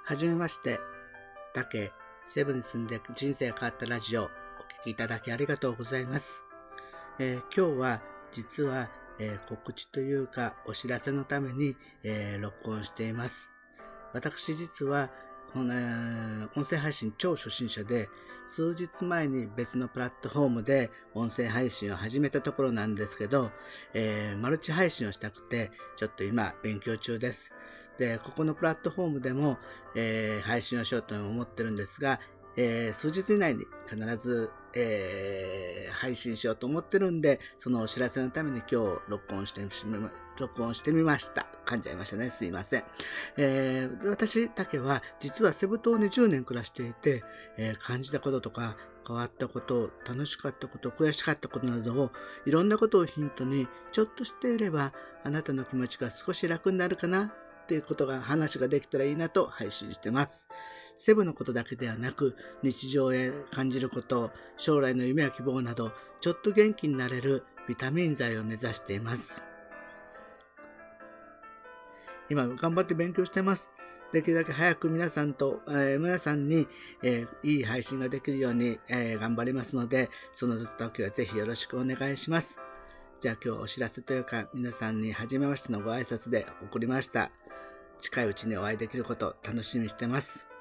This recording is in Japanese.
はじめまして、タケ、セブンに住んで人生変わったラジオ、お聞きいただきありがとうございます。今日は実は、告知というかお知らせのために、録音しています。私実は、音声配信超初心者で、数日前に別のプラットフォームで音声配信を始めたところなんですけど、マルチ配信をしたくて、ちょっと今勉強中です。で、ここのプラットフォームでも、配信をしようと思ってるんですが、数日以内に必ず、配信しようと思ってるんで、そのお知らせのために今日録音してみました。噛んじゃいましたね。すいません。私だけは実はセブ島に10年暮らしていて、感じたこととか変わったこと、楽しかったこと、悔しかったことなどをいろんなことをヒントにちょっと知っていればあなたの気持ちが少し楽になるかなっていうことが話ができたらいいなと配信してます。セブのことだけではなく日常へ感じること、将来の夢や希望などちょっと元気になれるビタミン剤を目指しています。今頑張って勉強してます。できるだけ早く皆さんに、いい配信ができるように、頑張りますので、その時はぜひよろしくお願いします。じゃあ今日お知らせというか皆さんに初めましてのご挨拶で送りました。近いうちにお会いできることを楽しみにしてます。